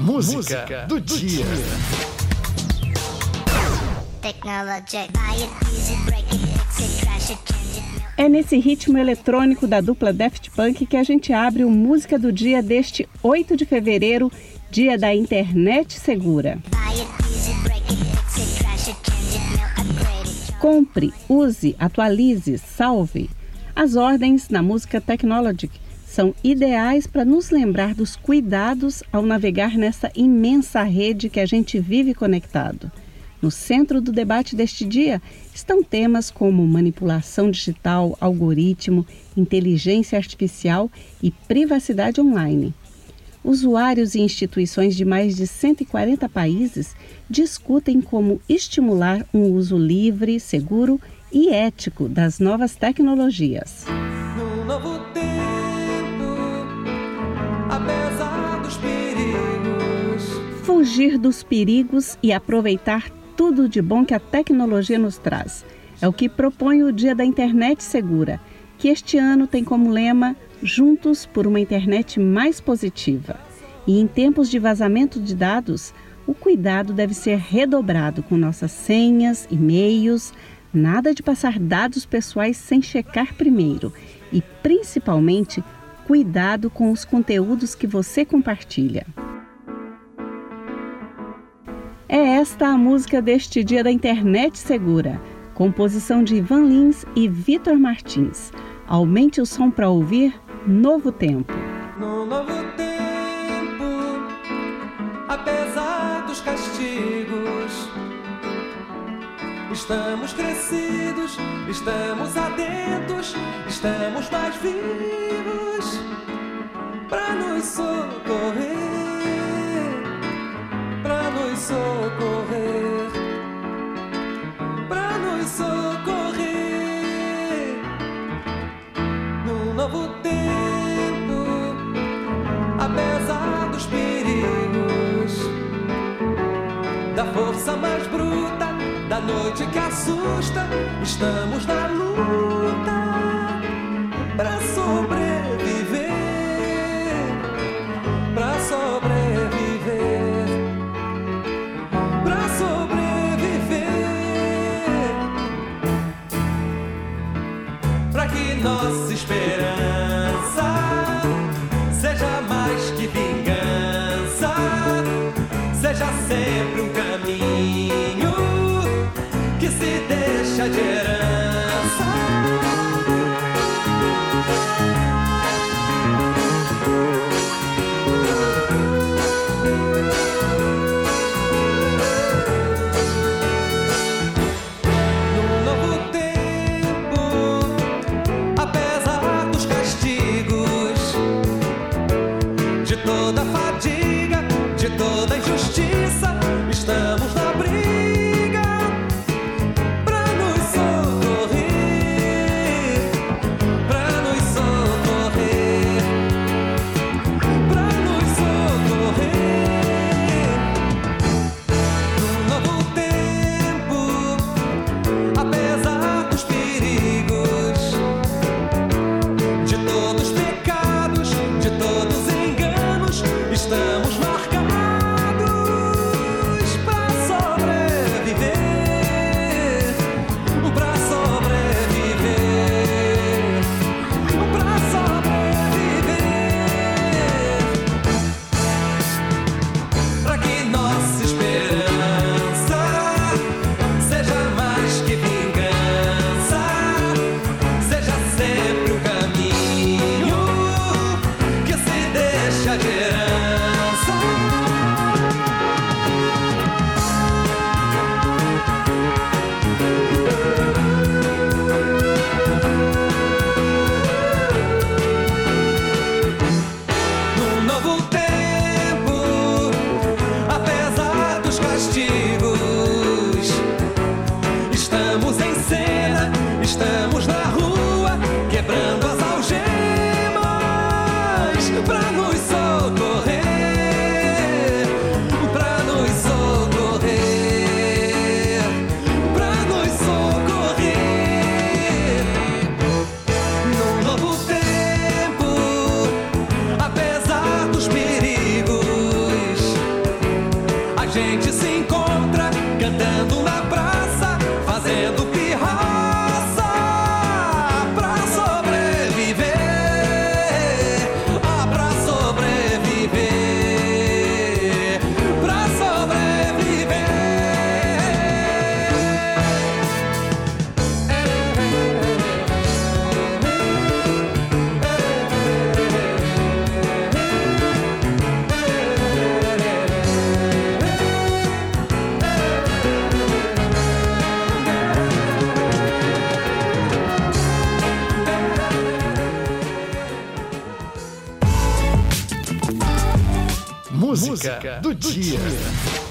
Música do dia. É nesse ritmo eletrônico da dupla Daft Punk que a gente abre o Música do Dia deste 8 de fevereiro, dia da internet segura. Compre, use, atualize, salve. As ordens na música Technologic são ideais para nos lembrar dos cuidados ao navegar nessa imensa rede que a gente vive conectado. No centro do debate deste dia estão temas como manipulação digital, algoritmo, inteligência artificial e privacidade online. Usuários e instituições de mais de 140 países discutem como estimular um uso livre, seguro e ético das novas tecnologias. Num novo tempo, apesar dos perigos. Fugir dos perigos e aproveitar tudo de bom que a tecnologia nos traz. É o que propõe o Dia da Internet Segura, que este ano tem como lema Juntos por uma Internet mais positiva. E em tempos de vazamento de dados, o cuidado deve ser redobrado com nossas senhas, e-mails, nada de passar dados pessoais sem checar primeiro e, principalmente, cuidado com os conteúdos que você compartilha. É esta a música deste Dia da Internet Segura, composição de Ivan Lins e Vitor Martins. Aumente o som para ouvir Novo Tempo. No novo tempo, apesar dos castigos, estamos crescidos, estamos atentos, estamos mais vivos para nos socorrer, para nos socorrer, para nos socorrer. No novo tempo, apesar dos perigos, da força mais bruta, da noite que assusta, estamos na luta pra sobreviver, pra sobreviver, pra sobreviver, pra que nossa esperança seja mais que vingança, seja sempre um caminho que se deixa de herança. No novo tempo, apesar dos castigos, de toda fadiga, de toda injustiça, estamos na briga pra nos socorrer, pra nos socorrer, pra nos socorrer. No novo tempo, apesar dos perigos, de todos os pecados, de todos os enganos, estamos marcados pra sobreviver, pra sobreviver, pra sobreviver, pra que nossa esperança seja mais que vingança, seja sempre um caminho que se deixa de herança. No novo tempo, apesar dos castigos, estamos em cena, estamos na rua, quebrando as algemas pra nos socorrer, pra nos socorrer, pra nos socorrer. No novo tempo, apesar dos perigos, gente se encontra cantando na praça, fazendo pirraça pra sobreviver, pra sobreviver, pra sobreviver. Música do dia.